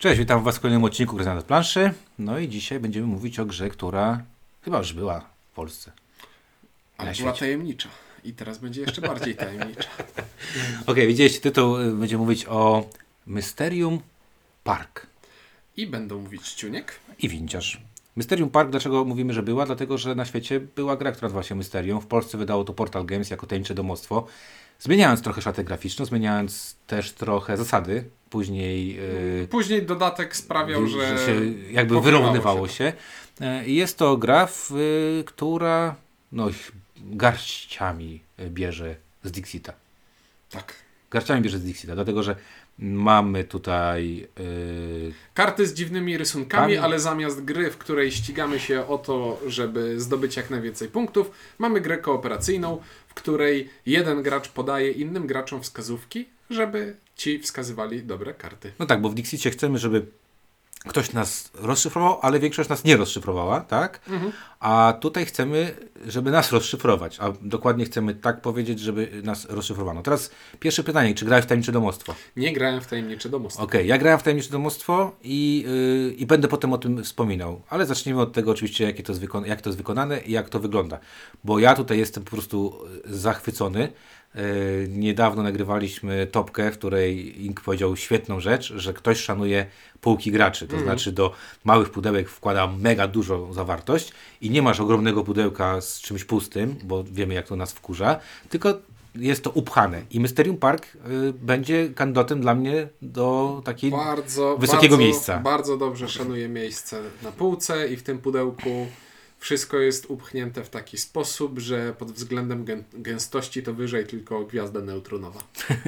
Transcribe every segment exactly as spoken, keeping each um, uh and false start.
Cześć, witam Was w kolejnym odcinku Gry na planszy. No i dzisiaj będziemy mówić o grze, która chyba już była w Polsce. Ale była tajemnicza. I teraz będzie jeszcze bardziej tajemnicza. Okej, okay, widzieliście tytuł. Będziemy mówić o Mysterium Park. I będą mówić Ciuniek. I Winciarz. Mysterium Park, dlaczego mówimy, że była? Dlatego, że na świecie była gra, która nazywa się Mysterium. W Polsce wydało to Portal Games jako tajemnicze domostwo. Zmieniając trochę szatę graficzną, zmieniając też trochę zasady. Później, yy, Później dodatek sprawiał, że, że się jakby wyrównywało się. się. Jest to gra, w, yy, która no, garściami bierze z Dixita. Tak. Garściami bierze z Dixita, dlatego że mamy tutaj yy, karty z dziwnymi rysunkami, Pan... ale zamiast gry, w której ścigamy się o to, żeby zdobyć jak najwięcej punktów, mamy grę kooperacyjną, w której jeden gracz podaje innym graczom wskazówki, żeby ci wskazywali dobre karty. No tak, bo w Dixicie chcemy, żeby ktoś nas rozszyfrował, ale większość nas nie rozszyfrowała, tak? Mhm. A tutaj chcemy, żeby nas rozszyfrować, a dokładnie chcemy tak powiedzieć, żeby nas rozszyfrowano. Teraz pierwsze pytanie, czy grałeś w Tajemnicze Domostwo? Nie grałem w Tajemnicze Domostwo. Okej, okay, ja grałem w Tajemnicze Domostwo i, yy, i będę potem o tym wspominał, ale zacznijmy od tego oczywiście, jakie to jest wykon- jak to jest wykonane i jak to wygląda, bo ja tutaj jestem po prostu zachwycony. Yy, niedawno nagrywaliśmy topkę, w której Ink powiedział świetną rzecz, że ktoś szanuje półki graczy, to mm. znaczy do małych pudełek wkłada mega dużą zawartość i nie masz ogromnego pudełka z czymś pustym, bo wiemy jak to nas wkurza, tylko jest to upchane i Mysterium Park yy, będzie kandydatem dla mnie do takiego bardzo, wysokiego bardzo, miejsca. Bardzo dobrze szanuję miejsce na półce i w tym pudełku wszystko jest upchnięte w taki sposób, że pod względem gę- gęstości to wyżej tylko gwiazda neutronowa.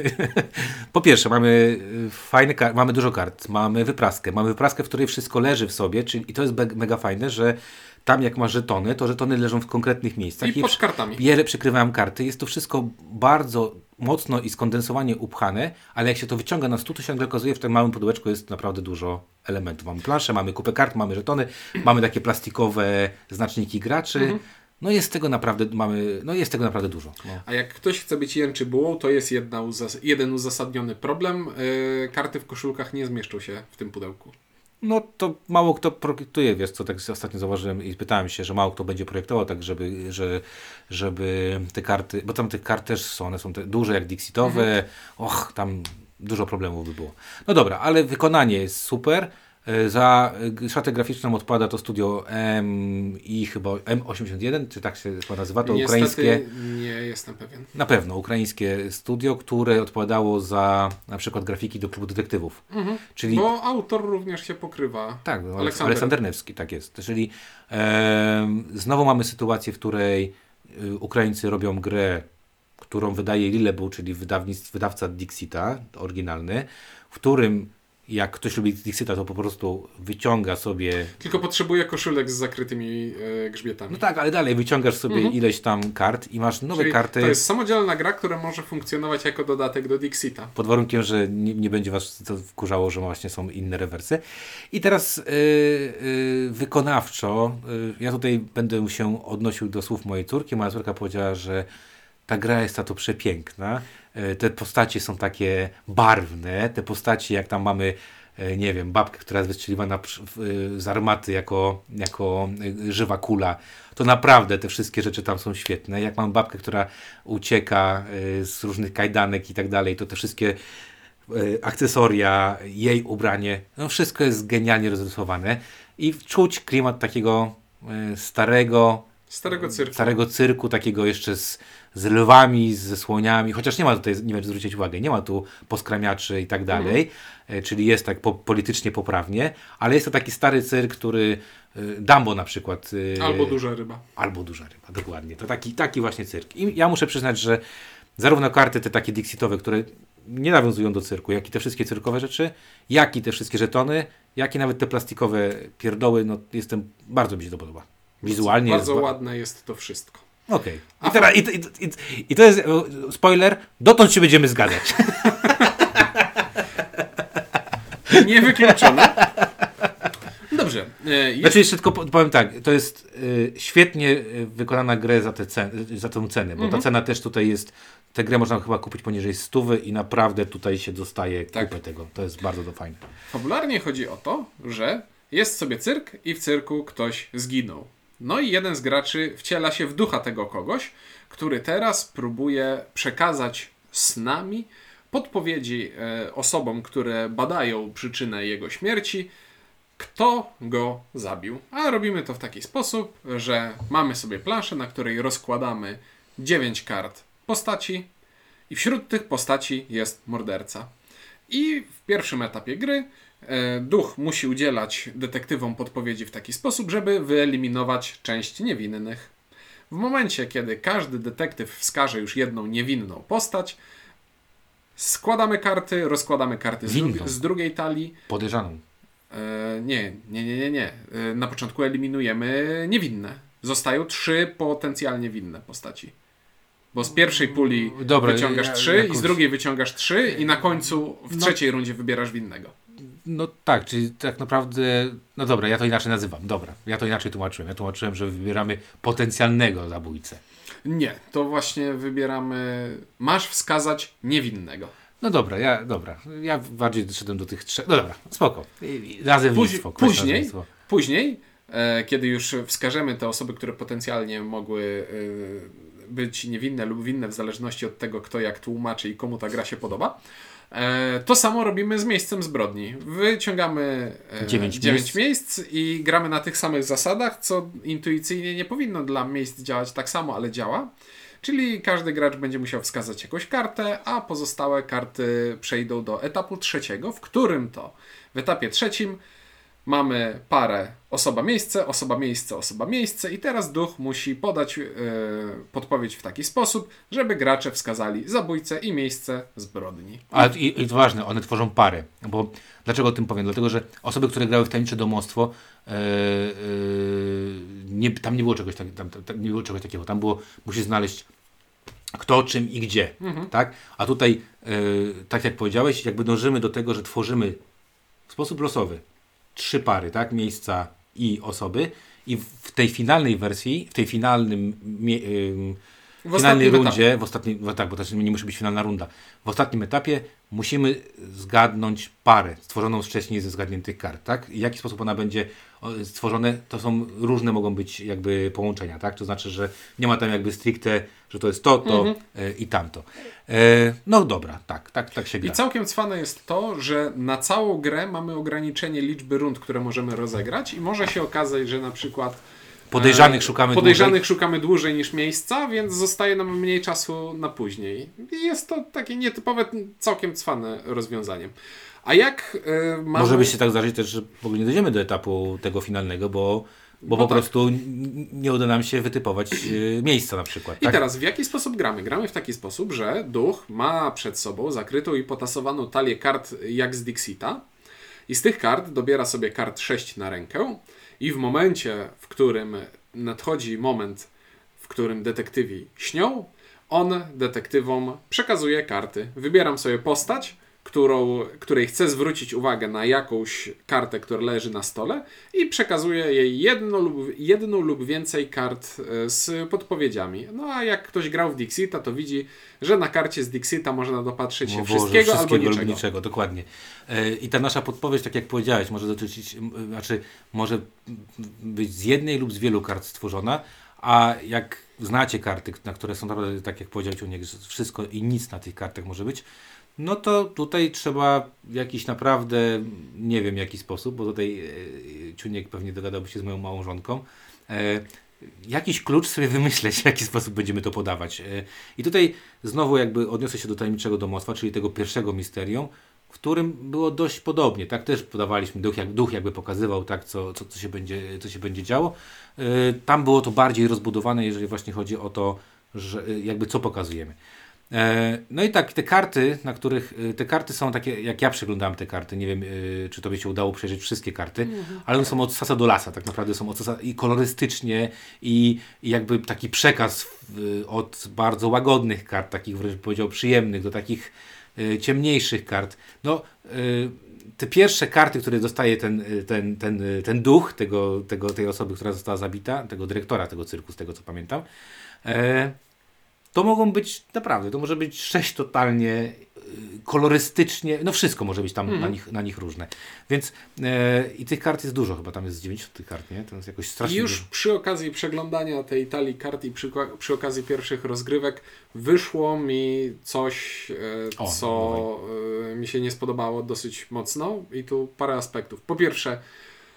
Po pierwsze, mamy fajne kar- mamy dużo kart, mamy wypraskę, mamy wypraskę, w której wszystko leży w sobie, czyli i to jest be- mega fajne, że tam jak masz żetony, to żetony leżą w konkretnych miejscach. I pod kartami. Wiele przykrywałem karty. Jest to wszystko bardzo mocno i skondensowanie upchane, ale jak się to wyciąga na stół, to się nagle okazuje, w tym małym pudełeczku jest naprawdę dużo elementów. Mamy planszę, mamy kupę kart, mamy żetony, mamy takie plastikowe znaczniki graczy. Mhm. No jest tego naprawdę, mamy, no jest tego naprawdę dużo. No. A jak ktoś chce być jęczybułą, to jest jedna uzas- jeden uzasadniony problem. Yy, karty w koszulkach nie zmieszczą się w tym pudełku. No to mało kto projektuje, wiesz co, tak ostatnio zauważyłem i pytałem się, że mało kto będzie projektował tak, żeby, że, żeby te karty, bo tam te karty też są, one są te duże jak Dixitowe, mhm. och, tam dużo problemów by było. No dobra, ale wykonanie jest super. Za szatę graficzną odpada to studio M i chyba M osiemdziesiąt jeden, czy tak się nazywa, to Niestety ukraińskie. Nie jestem pewien. Na pewno, ukraińskie studio, które odpowiadało za na przykład grafiki do Klubu Detektywów. Mhm. Czyli... Bo autor również się pokrywa. Tak, Aleksander, Aleksander Newski, tak jest. Czyli e, znowu mamy sytuację, w której Ukraińcy robią grę, którą wydaje Lillebu, czyli wydawnictw, wydawca Dixita, oryginalny, w którym jak ktoś lubi Dixita, to po prostu wyciąga sobie... Tylko potrzebuje koszulek z zakrytymi e, grzbietami. No tak, ale dalej wyciągasz sobie mhm. ileś tam kart i masz nowe Czyli karty. To jest samodzielna gra, która może funkcjonować jako dodatek do Dixita. Pod warunkiem, że nie, nie będzie was to wkurzało, że właśnie są inne rewersy. I teraz yy, yy, wykonawczo, yy, ja tutaj będę się odnosił do słów mojej córki. Moja córka powiedziała, że ta gra jest to przepiękna. Te postacie są takie barwne. Te postacie, jak tam mamy, nie wiem, babkę, która jest wystrzeliwana z armaty jako, jako żywa kula, to naprawdę te wszystkie rzeczy tam są świetne. Jak mam babkę, która ucieka z różnych kajdanek i tak dalej, to te wszystkie akcesoria, jej ubranie, no wszystko jest genialnie rozrysowane i czuć klimat takiego starego Starego cyrku. Starego cyrku, takiego jeszcze z, z lwami, ze słoniami, chociaż nie ma tutaj, nie wiem, czy zwrócić uwagę, nie ma tu poskramiaczy i tak dalej, mm. czyli jest tak po, politycznie poprawnie, ale jest to taki stary cyrk, który Dumbo na przykład. Albo Duża Ryba. Albo Duża Ryba, dokładnie. To taki, taki właśnie cyrk. I ja muszę przyznać, że zarówno karty te takie Dixitowe, które nie nawiązują do cyrku, jak i te wszystkie cyrkowe rzeczy, jak i te wszystkie żetony, jak i nawet te plastikowe pierdoły, no jestem, bardzo mi się to podoba. Wizualnie bardzo jest ładne jest to wszystko. Okej. Okay. I, teraz, i, i, i, I to jest spoiler, dotąd się będziemy zgadzać. Niewykluczone. Dobrze. Jest... Znaczy jeszcze tylko powiem tak, to jest y, świetnie wykonana gra za, te cen, za tę cenę, bo mhm. ta cena też tutaj jest Tę grę można chyba kupić poniżej stówy i naprawdę tutaj się dostaje Tak. kupę tego. To jest bardzo to fajne. Fabularnie chodzi o to, że jest sobie cyrk i w cyrku ktoś zginął. No i jeden z graczy wciela się w ducha tego kogoś, który teraz próbuje przekazać snami podpowiedzi e, osobom, które badają przyczynę jego śmierci, kto go zabił. A robimy to w taki sposób, że mamy sobie planszę, na której rozkładamy dziewięć kart postaci i wśród tych postaci jest morderca. I w pierwszym etapie gry e, duch musi udzielać detektywom podpowiedzi w taki sposób, żeby wyeliminować część niewinnych. W momencie, kiedy każdy detektyw wskaże już jedną niewinną postać, składamy karty, rozkładamy karty z, dru- z drugiej talii. Podejrzaną. E, nie, nie, nie, nie, nie. E, na początku eliminujemy niewinne. Zostają trzy potencjalnie winne postaci. Bo z pierwszej puli Dobra, wyciągasz ja- trzy jakoś- i z drugiej wyciągasz trzy i na końcu w No. trzeciej rundzie wybierasz winnego. No tak, czyli tak naprawdę, no dobra, ja to inaczej nazywam, dobra, ja to inaczej tłumaczyłem. Ja tłumaczyłem, że wybieramy potencjalnego zabójcę. Nie, to właśnie wybieramy... Masz wskazać niewinnego. No dobra, ja, dobra, ja bardziej doszedłem do tych trzech, no dobra, spoko. I- i Nazewnictwo. Póź- kwestia później- nazewnictwa. Później, e, kiedy już wskażemy te osoby, które potencjalnie mogły e, być niewinne lub winne w zależności od tego, kto jak tłumaczy i komu ta gra się podoba, e, to samo robimy z miejscem zbrodni. Wyciągamy e, Dziewięć dziewięć miejsc. miejsc i gramy na tych samych zasadach, co intuicyjnie nie powinno dla miejsc działać tak samo, ale działa. Czyli każdy gracz będzie musiał wskazać jakąś kartę, a pozostałe karty przejdą do etapu trzeciego, w którym to w etapie trzecim mamy parę osoba miejsce, osoba miejsce, osoba miejsce i teraz duch musi podać yy, podpowiedź w taki sposób, żeby gracze wskazali zabójcę i miejsce zbrodni. Ale i, i to ważne, one tworzą pary. Bo dlaczego o tym powiem? Dlatego, że osoby, które grały w tajemnicze domostwo, e, e, nie, tam nie było czegoś tak, tam, tam nie było czegoś takiego. Tam było, musisz znaleźć kto, czym i gdzie. Tak? A tutaj, e, tak jak powiedziałeś, jakby dążymy do tego, że tworzymy w sposób losowy trzy pary, tak? Miejsca i osoby. I w tej finalnej wersji, w tej finalnym mie- ym, W w finalnej ostatnim rundzie, etapie. w ostatnim, no tak, bo to nie musi być finalna runda. W ostatnim etapie musimy zgadnąć parę stworzoną wcześniej ze zgadniętych kart, tak? I w jaki sposób ona będzie o, stworzone, to są różne mogą być jakby połączenia, tak? To znaczy, że nie ma tam jakby stricte, że to jest to, to Mhm. e, i tamto. E, no dobra, tak, tak, tak się gra. I całkiem cwane jest to, że na całą grę mamy ograniczenie liczby rund, które możemy rozegrać i może się okazać, że na przykład Podejrzanych e, szukamy podejrzanych dłużej. szukamy dłużej niż miejsca, więc zostaje nam mniej czasu na później. I jest to takie nietypowe, całkiem cwane rozwiązanie. A jak e, mamy... Może by się tak zdarzyć też, że w ogóle nie dojdziemy do etapu tego finalnego, bo, bo No po tak. prostu n- nie uda nam się wytypować e, miejsca na przykład. I Tak? teraz w jaki sposób gramy? Gramy w taki sposób, że duch ma przed sobą zakrytą i potasowaną talię kart jak z Dixita i z tych kart dobiera sobie kart sześć na rękę i w momencie, w którym nadchodzi moment, w którym detektywi śnią, on detektywom przekazuje karty. Wybieram sobie postać, którą, której chcę zwrócić uwagę na jakąś kartę, która leży na stole i przekazuję jej jedno lub, jedną lub więcej kart e, z podpowiedziami. No a jak ktoś grał w Dixita, to widzi, że na karcie z Dixita można dopatrzyć się O Boże, wszystkiego, albo lub niczego. niczego, dokładnie. E, I ta nasza podpowiedź, tak jak powiedziałeś, może dotyczyć, m, znaczy może m, być z jednej lub z wielu kart stworzona, a jak znacie karty, na które są naprawdę, tak jak powiedział Ciuniek, że wszystko i nic na tych kartach może być, no to tutaj trzeba w jakiś naprawdę, nie wiem jaki sposób, bo tutaj e, Ciuniek pewnie dogadałby się z moją małżonką, e, jakiś klucz sobie wymyśleć, w jaki sposób będziemy to podawać. E, I tutaj znowu jakby odniosę się do tajemniczego domostwa, czyli tego pierwszego misterium, w którym było dość podobnie, tak, też podawaliśmy, duch, jak, duch jakby pokazywał, tak, co, co, co, się będzie, co się będzie działo. E, tam było to bardziej rozbudowane, jeżeli właśnie chodzi o to, że e, jakby co pokazujemy. E, No i tak, te karty, na których, e, te karty są takie, jak ja przeglądałem te karty, nie wiem, e, czy tobie się udało przejrzeć wszystkie karty, ale one są od sasa do lasa, tak naprawdę są od sasa i kolorystycznie i, i jakby taki przekaz w, od bardzo łagodnych kart, takich wręcz powiedział przyjemnych, do takich e, ciemniejszych kart. No, e, te pierwsze karty, które dostaje ten, ten, ten, ten duch tego, tego, tej osoby, która została zabita, tego dyrektora tego cyrku, z tego co pamiętam, e, to mogą być, naprawdę, to może być sześć totalnie kolorystycznie, no wszystko może być tam mm. na, nich, na nich różne. Więc e, i tych kart jest dużo, chyba tam jest dziewięćdziesiąt tych kart, nie? To jest jakoś strasznie... I już przy okazji przeglądania tej talii kart i przy, przy okazji pierwszych rozgrywek wyszło mi coś, e, o, co e, mi się nie spodobało dosyć mocno i tu parę aspektów. Po pierwsze, e,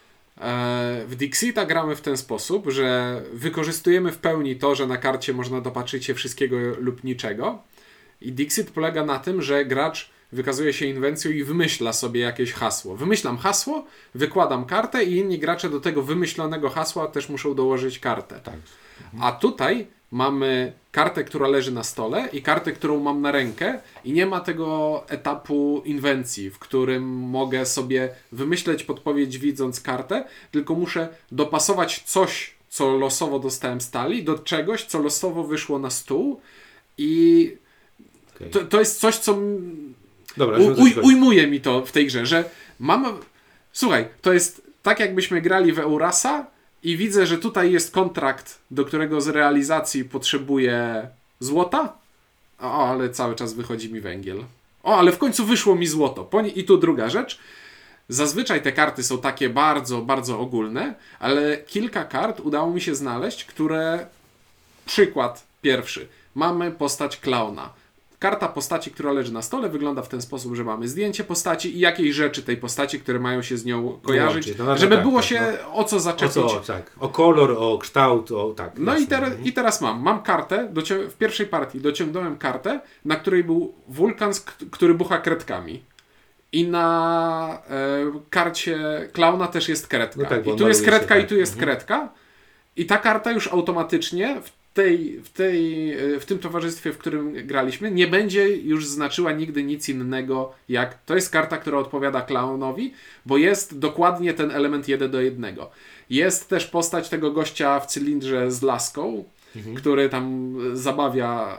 w Dixita gramy w ten sposób, że wykorzystujemy w pełni to, że na karcie można dopatrzyć się wszystkiego lub niczego. I Dixit polega na tym, że gracz wykazuje się inwencją i wymyśla sobie jakieś hasło. Wymyślam hasło, wykładam kartę i inni gracze do tego wymyślonego hasła też muszą dołożyć kartę. Tak. Mhm. A tutaj mamy kartę, która leży na stole i kartę, którą mam na rękę i nie ma tego etapu inwencji, w którym mogę sobie wymyśleć podpowiedź widząc kartę, tylko muszę dopasować coś, co losowo dostałem z talii, do czegoś, co losowo wyszło na stół i To, to jest coś, co Dobra, u, uj, ujmuje mi to w tej grze, że mam... Słuchaj, to jest tak jakbyśmy grali w Eurasa i widzę, że tutaj jest kontrakt, do którego z realizacji potrzebuję złota. O, ale cały czas wychodzi mi węgiel. O, ale w końcu wyszło mi złoto. I tu druga rzecz. Zazwyczaj te karty są takie bardzo, bardzo ogólne, ale kilka kart udało mi się znaleźć, które... Przykład pierwszy. Mamy postać klauna. Karta postaci, która leży na stole, wygląda w ten sposób, że mamy zdjęcie postaci i jakieś rzeczy tej postaci, które mają się z nią kojarzyć, no, no, żeby tak, było tak, się no. o co zaczepić. O, co, tak. o kolor, o kształt, o tak. No i, ter- i teraz mam. Mam kartę, docią- w pierwszej partii dociągnąłem kartę, na której był wulkan, który bucha kredkami. I na e, karcie klauna też jest kredka. No tak, I tu jest kredka się, i tu jest mhm. kredka. I ta karta już automatycznie w tej, w, tej, w tym towarzystwie, w którym graliśmy, nie będzie już znaczyła nigdy nic innego jak... To jest karta, która odpowiada klaunowi, bo jest dokładnie ten element jeden do jednego. Jest też postać tego gościa w cylindrze z laską, mhm. który tam zabawia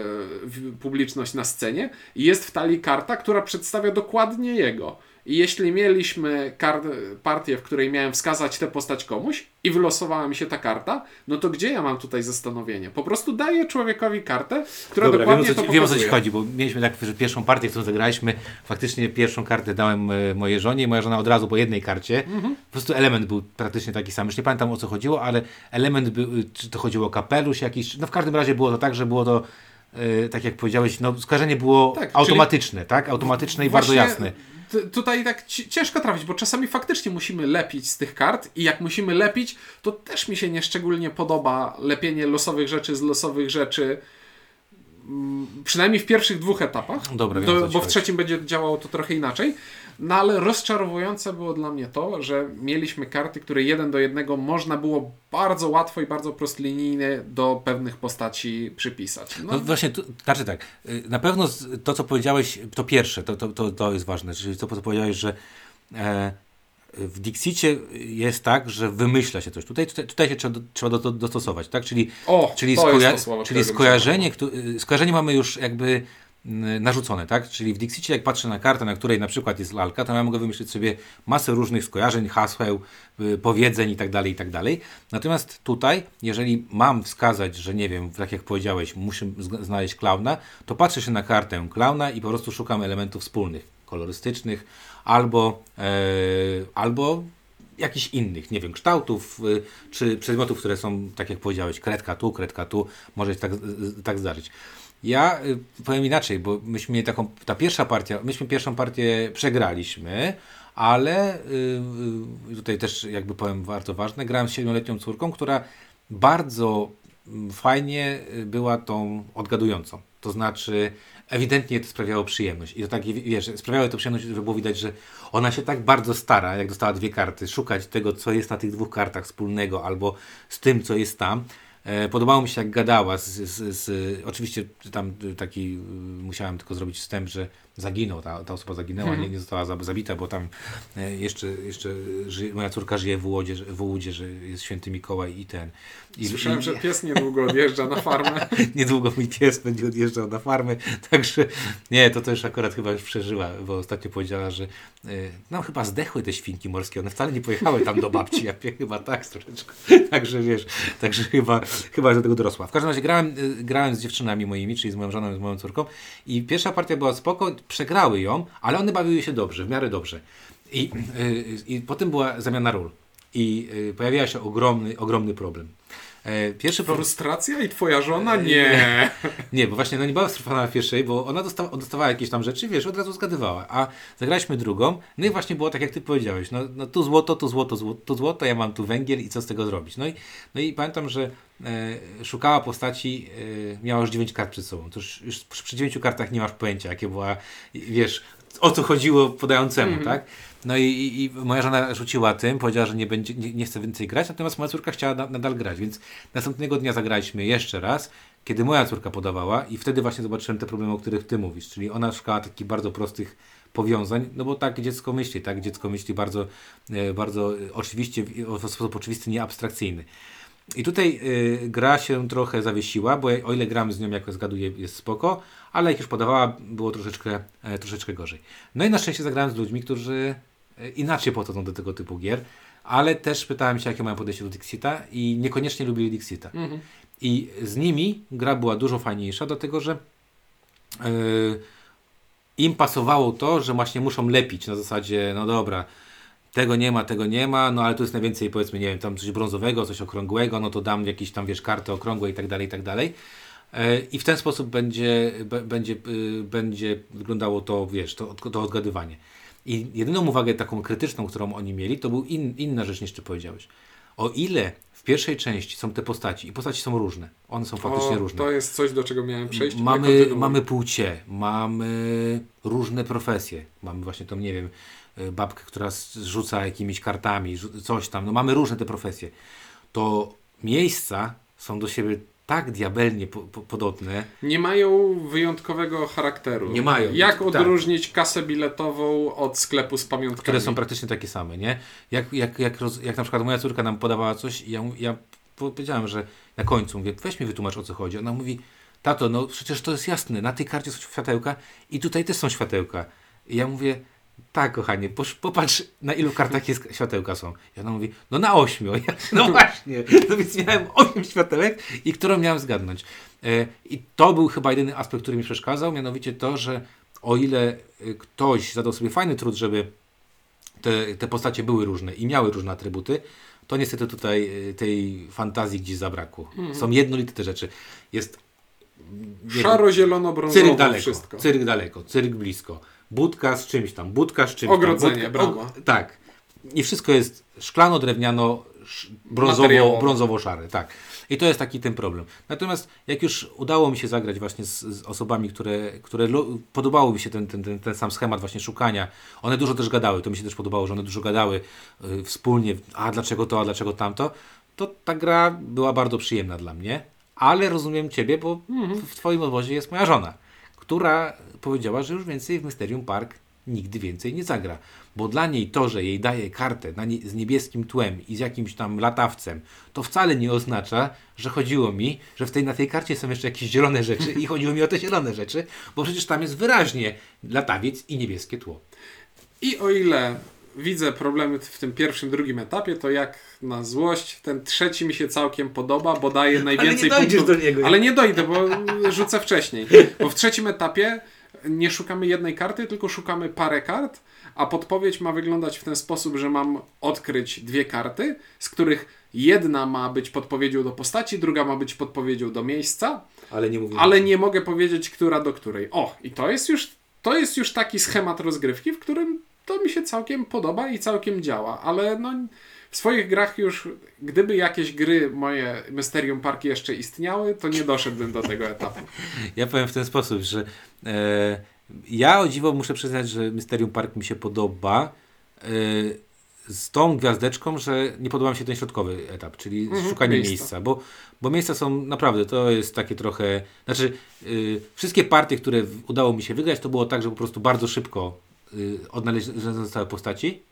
e, publiczność na scenie. I jest w talii karta, która przedstawia dokładnie jego. I jeśli mieliśmy kart, partię, w której miałem wskazać tę postać komuś i wylosowała mi się ta karta, no to gdzie ja mam tutaj zastanowienie? Po prostu daję człowiekowi kartę, która Dobra, dokładnie wiem, to ci, pokazuje. Wiem, o co ci chodzi, bo mieliśmy tak, że pierwszą partię, którą zagraliśmy, faktycznie pierwszą kartę dałem e, mojej żonie i moja żona od razu po jednej karcie. Mhm. Po prostu element był praktycznie taki sam. Już nie pamiętam, o co chodziło, ale element był, czy to chodziło o kapelusz jakiś, no w każdym razie było to tak, że było to, e, tak jak powiedziałeś, no skojarzenie było tak, automatyczne, tak? Automatyczne i bardzo jasne. Tutaj tak ciężko trafić, bo czasami faktycznie musimy lepić z tych kart i jak musimy lepić, to też mi się nieszczególnie podoba lepienie losowych rzeczy z losowych rzeczy, przynajmniej w pierwszych dwóch etapach, Dobra, wiem, do, bo w trzecim będzie działało to trochę inaczej. No ale rozczarowujące było dla mnie to, że mieliśmy karty, które jeden do jednego można było bardzo łatwo i bardzo prostlinijnie do pewnych postaci przypisać. No, no właśnie, to, znaczy tak, na pewno to, co powiedziałeś, to pierwsze, to, to, to, to jest ważne, czyli to, co powiedziałeś, że e, w Dixicie jest tak, że wymyśla się coś. Tutaj, tutaj, tutaj się trzeba, trzeba do, do, dostosować, tak? Czyli, o, czyli, to skoja- jest to słowo, czyli skojarzenie, kto, skojarzenie mamy już jakby narzucone, tak? Czyli w Dixicie jak patrzę na kartę, na której na przykład jest lalka, to ja mogę wymyślić sobie masę różnych skojarzeń, haseł, powiedzeń i tak dalej, i tak dalej. Natomiast tutaj, jeżeli mam wskazać, że nie wiem, tak jak powiedziałeś, muszę znaleźć klauna, to patrzę się na kartę klauna i po prostu szukam elementów wspólnych, kolorystycznych, albo e, albo jakichś innych, nie wiem, kształtów, y, czy przedmiotów, które są, tak jak powiedziałeś, kredka tu, kredka tu, może się tak, y, tak zdarzyć. Ja y, powiem inaczej, bo myśmy mieli taką, ta pierwsza partia, myśmy pierwszą partię przegraliśmy, ale y, y, tutaj też jakby powiem bardzo ważne, grałem z siedmioletnią córką, która bardzo fajnie była tą odgadującą. To znaczy ewidentnie to sprawiało przyjemność. I to tak, wiesz, sprawiało to przyjemność, że było widać, że ona się tak bardzo stara, jak dostała dwie karty, szukać tego, co jest na tych dwóch kartach wspólnego, albo z tym, co jest tam. E, podobało mi się, jak gadała. Z, z, z, oczywiście tam taki, musiałem tylko zrobić wstęp, że zaginął, ta, ta osoba zaginęła, Mhm. nie, nie została za- zabita, bo tam e, jeszcze, jeszcze ży, moja córka żyje w Łodzie, że- w Łudzie, że jest święty Mikołaj i ten. I, Słyszałem, i, że pies niedługo odjeżdża na farmę. Niedługo mój pies będzie odjeżdżał na farmę, także nie, to też akurat chyba już przeżyła, bo ostatnio powiedziała, że y, no chyba zdechły te świnki morskie, one wcale nie pojechały tam do babci, ja pie- chyba tak troszeczkę, także wiesz, także chyba, chyba do tego dorosła. W każdym razie grałem, y, grałem z dziewczynami moimi, czyli z moją żoną i z moją córką i pierwsza partia była spoko, przegrały ją, ale one bawiły się dobrze, w miarę dobrze. I, y, i potem była zamiana ról i y, pojawiła się ogromny, ogromny problem. E, Pierwszy problem... Frustracja i twoja żona? Nie. Nie, bo właśnie no nie była strofana w pierwszej, bo ona dostawa, dostawała jakieś tam rzeczy, wiesz, od razu zgadywała. A zagraliśmy drugą, no i właśnie było tak, jak ty powiedziałeś, no, no tu złoto, tu złoto, złoto, tu złoto, ja mam tu węgiel i co z tego zrobić. No i, no i pamiętam, że e, szukała postaci, e, miała już dziewięć kart przed sobą. To już, już przy, przy dziewięciu kartach nie masz pojęcia, jakie była, wiesz, o co chodziło podającemu, Mhm. tak? No i, i, i moja żona rzuciła tym, powiedziała, że nie, będzie, nie, nie chce więcej grać, natomiast moja córka chciała na, nadal grać, więc następnego dnia zagraliśmy jeszcze raz, kiedy moja córka podawała i wtedy właśnie zobaczyłem te problemy, o których ty mówisz, czyli ona szukała takich bardzo prostych powiązań, no bo tak dziecko myśli, tak? Dziecko myśli bardzo, e, bardzo e, oczywiście, w, w sposób oczywisty, nie abstrakcyjny. I tutaj y, gra się trochę zawiesiła, bo o ile gram z nią, jak zgaduję, jest spoko, ale jak już podawała, było troszeczkę, e, troszeczkę gorzej. No i na szczęście zagrałem z ludźmi, którzy e, inaczej podchodzą do tego typu gier, ale też pytałem się, jakie mają podejście do Dixita i niekoniecznie lubili Dixita. Mhm. I z nimi gra była dużo fajniejsza, dlatego że yy, im pasowało to, że właśnie muszą lepić na zasadzie, no dobra, tego nie ma, tego nie ma, no ale tu jest najwięcej, powiedzmy, nie wiem, tam coś brązowego, coś okrągłego, no to dam jakieś tam, wiesz, karty okrągłe i tak dalej, i tak dalej. Yy, I w ten sposób będzie, b- będzie, yy, będzie wyglądało to, wiesz, to, to odgadywanie. I jedyną uwagę taką krytyczną, którą oni mieli, to był in, inna rzecz niż ty powiedziałeś. O ile w pierwszej części są te postaci i postaci są różne, one są faktycznie O, różne. to jest coś, do czego miałem przejść. ale Mamy, kontynuuj. mamy płcie, mamy różne profesje. Mamy właśnie tą, nie wiem, y, babkę, która s- rzuca jakimiś kartami, rzu- coś tam. No mamy różne te profesje. To miejsca są do siebie tak diabelnie po, po, podobne. Nie mają wyjątkowego charakteru. Nie mają. Jak Tak. odróżnić kasę biletową od sklepu z pamiątkami? Które są praktycznie takie same, nie? Jak, jak, jak, roz, jak na przykład moja córka nam podawała coś i ja, mu- ja powiedziałem, że na końcu mówię, weź mi wytłumacz, o co chodzi. Ona mówi, tato, no przecież to jest jasne, na tej karcie są światełka i tutaj też są światełka. I ja mówię, tak, kochanie, posz- popatrz, na ilu kartach jest światełka są. I ona mówi, no na ośmiu. Ja, no właśnie, no więc miałem osiem światełek i którą miałem zgadnąć. E, I to był chyba jedyny aspekt, który mi przeszkadzał, mianowicie to, że o ile y, ktoś zadał sobie fajny trud, żeby te, te postacie były różne i miały różne atrybuty, to niestety tutaj y, tej fantazji gdzieś zabrakło. Mhm. Są jednolite te rzeczy. Jest nie wiem, Szaro, zielono, cyrk brązowo, daleko, wszystko. cyrk daleko, cyrk blisko, budka z czymś tam, budka z czymś Ogrodzenie, tam. brama. og- tak. I wszystko jest szklano, drewniano, sz- brązowo, Materiałowo. brązowo-szary. Tak. I to jest taki ten problem. Natomiast jak już udało mi się zagrać właśnie z, z osobami, które, które lu- podobało mi się ten, ten, ten, ten sam schemat właśnie szukania, one dużo też gadały, to mi się też podobało, że one dużo gadały y, wspólnie, a dlaczego to, a dlaczego tamto, to ta gra była bardzo przyjemna dla mnie, ale rozumiem Ciebie, bo Mhm. w Twoim obozie jest moja żona, która powiedziała, że już więcej w Mysterium Park nigdy więcej nie zagra. Bo dla niej to, że jej daje kartę na nie, z niebieskim tłem i z jakimś tam latawcem, to wcale nie oznacza, że chodziło mi, że w tej, na tej karcie są jeszcze jakieś zielone rzeczy i chodziło mi o te zielone rzeczy, bo przecież tam jest wyraźnie latawiec i niebieskie tło. I o ile widzę problemy w tym pierwszym, drugim etapie, to jak na złość, ten trzeci mi się całkiem podoba, bo daje najwięcej nie dojdziesz punktów. do niego. Ale nie dojdę, bo rzucę wcześniej. Bo w trzecim etapie nie szukamy jednej karty, tylko szukamy parę kart, a podpowiedź ma wyglądać w ten sposób, że mam odkryć dwie karty, z których jedna ma być podpowiedzią do postaci, druga ma być podpowiedzią do miejsca, Ale nie mówię. ale nie mogę powiedzieć, która do której. O, i to jest już, to jest już taki schemat rozgrywki, w którym to mi się całkiem podoba i całkiem działa, ale no, w swoich grach już, gdyby jakieś gry moje Mysterium Park jeszcze istniały, to nie doszedłbym do tego etapu. Ja powiem w ten sposób, że e, ja o dziwo muszę przyznać, że Mysterium Park mi się podoba e, z tą gwiazdeczką, że nie podoba mi się ten środkowy etap, czyli Mhm, szukanie miejsca. miejsca, bo, bo miejsca są naprawdę, to jest takie trochę, znaczy yy, wszystkie partie, które w- udało mi się wygrać, to było tak, że po prostu bardzo szybko yy, odnalezione zostały postaci,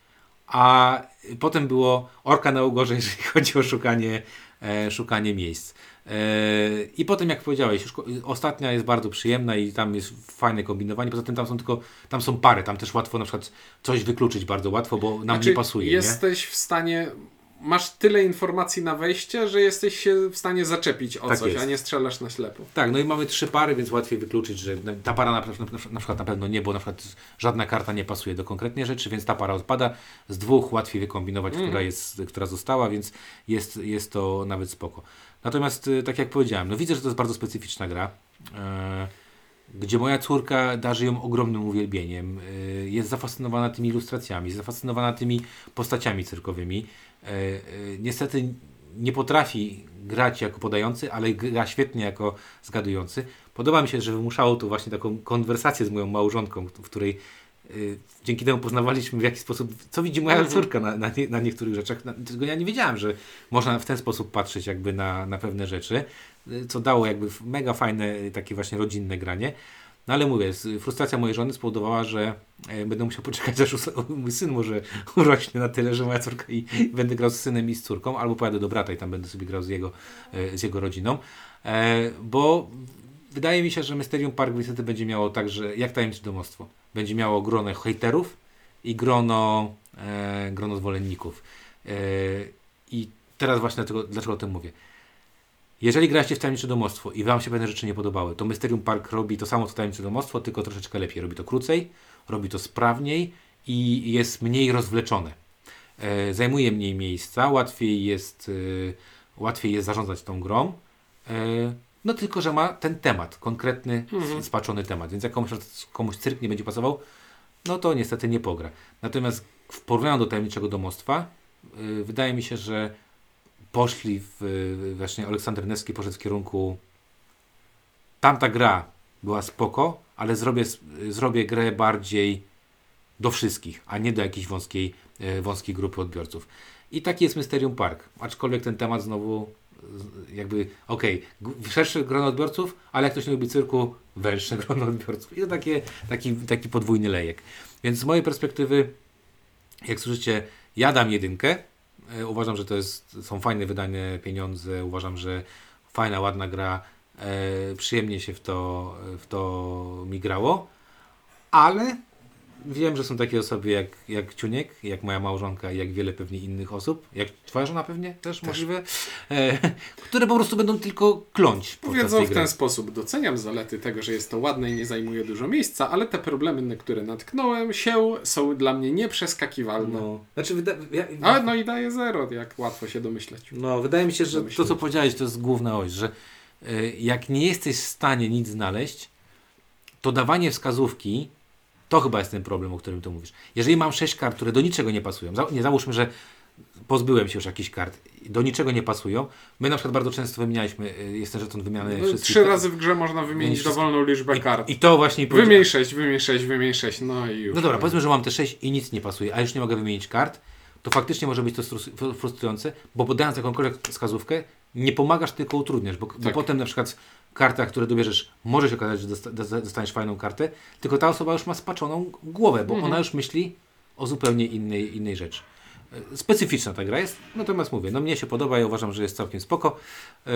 a potem było orka na ugorze, jeżeli chodzi o szukanie, e, szukanie miejsc. E, I potem, jak powiedziałeś, szko- ostatnia jest bardzo przyjemna i tam jest fajne kombinowanie. Poza tym tam są tylko, tam są pary, tam też łatwo na przykład coś wykluczyć bardzo łatwo, bo nam Znaczy, nie pasuje. Nie? jesteś w stanie, masz tyle informacji na wejście, że jesteś się w stanie zaczepić o Tak coś, jest. a nie strzelasz na ślepo. Tak, no i mamy trzy pary, więc łatwiej wykluczyć, że ta para na, na, na przykład na pewno nie, bo na przykład żadna karta nie pasuje do konkretnej rzeczy, więc ta para odpada. Z dwóch łatwiej wykombinować, Mhm. która, jest, która została, więc jest, jest to nawet spoko. Natomiast, y, tak jak powiedziałem, no widzę, że to jest bardzo specyficzna gra, e, gdzie moja córka darzy ją ogromnym uwielbieniem. y, Jest zafascynowana tymi ilustracjami, jest zafascynowana tymi postaciami cyrkowymi. E, e, Niestety nie potrafi grać jako podający, ale gra świetnie jako zgadujący. Podoba mi się, że wymuszało to właśnie taką konwersację z moją małżonką, w której y, dzięki temu poznawaliśmy w jaki sposób, co widzi moja Mhm. córka na, na, nie, na niektórych rzeczach. Na, tego ja nie wiedziałem, że można w ten sposób patrzeć jakby na, na pewne rzeczy, y, co dało jakby f- mega fajne y, takie właśnie rodzinne granie. No ale mówię, z- frustracja mojej żony spowodowała, że e, będę musiał poczekać, aż us- mój syn może urośnie na tyle, że moja córka i, i będę grał z synem i z córką, albo pojadę do brata i tam będę sobie grał z jego, e, z jego rodziną. E, bo wydaje mi się, że Mysterium Park niestety będzie miało także, jak Tajemnicze Domostwo, będzie miało grono hejterów i grono, e, grono zwolenników. E, I teraz właśnie dlatego, dlaczego o tym mówię. Jeżeli gracie w Tajemnicze Domostwo i Wam się pewne rzeczy nie podobały, to Mysterium Park robi to samo co Tajemnicze Domostwo, tylko troszeczkę lepiej. Robi to krócej, robi to sprawniej i jest mniej rozwleczone. E, zajmuje mniej miejsca, łatwiej jest, e, łatwiej jest zarządzać tą grą. E, no tylko, że ma ten temat, konkretny, Mhm. spaczony temat. Więc jak komuś, komuś cyrk nie będzie pasował, no to niestety nie pogra. Natomiast w porównaniu do Tajemniczego Domostwa, e, wydaje mi się, że poszli w, w właśnie Aleksander Nevski poszedł w kierunku tamta gra była spoko, ale zrobię, zrobię grę bardziej do wszystkich, a nie do jakiejś wąskiej, e, wąskiej grupy odbiorców. I taki jest Mysterium Park. Aczkolwiek ten temat znowu z- jakby, okej, okay, szersze grono odbiorców, ale jak ktoś nie lubi cyrku, węższe grono odbiorców. I to takie, taki, taki podwójny lejek. Więc z mojej perspektywy, jak słyszycie, ja dam jedynkę. E, Uważam, że to jest, są fajne wydane pieniądze. Uważam, że fajna, ładna gra. E, przyjemnie się w to, w to mi grało. Ale wiem, że są takie osoby jak, jak Ciuniek, jak moja małżonka i jak wiele pewnie innych osób. Jak twoja żona pewnie też, możliwe. E, które po prostu będą tylko kląć podczas Powiedzą tej w gry. ten sposób, doceniam zalety tego, że jest to ładne i nie zajmuje dużo miejsca, ale te problemy, na które natknąłem się, są dla mnie nieprzeskakiwalne. No, znaczy, wyda- ja, Ale no i daje zero, jak łatwo się domyśleć. No, wydaje mi się, że to, Domyśleć. co powiedziałeś, to jest główna oś, że y, jak nie jesteś w stanie nic znaleźć, to dawanie wskazówki, to chyba jest ten problem, o którym tu mówisz. Jeżeli mam sześć kart, które do niczego nie pasują, za, nie załóżmy, że pozbyłem się już jakichś kart, do niczego nie pasują. My na przykład bardzo często wymienialiśmy, y, jest ten żeton wymiany No, wszystkich trzy razy w grze można wymienić wszystko- dowolną liczbę kart. I, I to właśnie Wymień sześć, wymień sześć, wymień sześć, no i już. No dobra, powiedzmy, że mam te sześć i nic nie pasuje, a już nie mogę wymienić kart, to faktycznie może być to strus- frustrujące, bo podając jakąkolwiek wskazówkę, nie pomagasz, tylko utrudniasz, bo, bo Tak. potem na przykład karta, które dobierzesz, może się okazać, że dosta- dosta- dostaniesz fajną kartę, tylko ta osoba już ma spaczoną głowę, bo Mhm. ona już myśli o zupełnie innej, innej rzeczy. E, Specyficzna ta gra jest, natomiast mówię, no mnie się podoba, ja uważam, że jest całkiem spoko, e,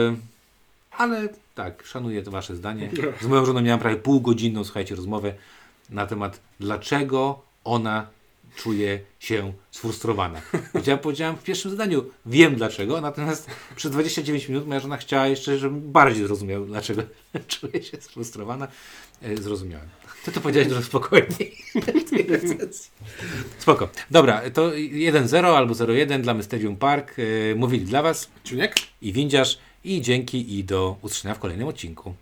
ale tak, szanuję to wasze zdanie. Z moją żoną miałem prawie półgodzinną, słuchajcie, rozmowę na temat, dlaczego ona czuje się sfrustrowana. Ja powiedziałem w pierwszym zdaniu, wiem dlaczego, natomiast przez dwadzieścia dziewięć minut moja żona chciała jeszcze, żebym bardziej zrozumiał, dlaczego czuje się sfrustrowana. E, Zrozumiałem. Ty to powiedziałeś dużo spokojniej w tej recenzji. Spoko. Dobra, to jeden zero albo zero jeden dla Mysterium Park. E, Mówili dla Was Ciuniek? i Windziarz i dzięki i do usłyszenia w kolejnym odcinku.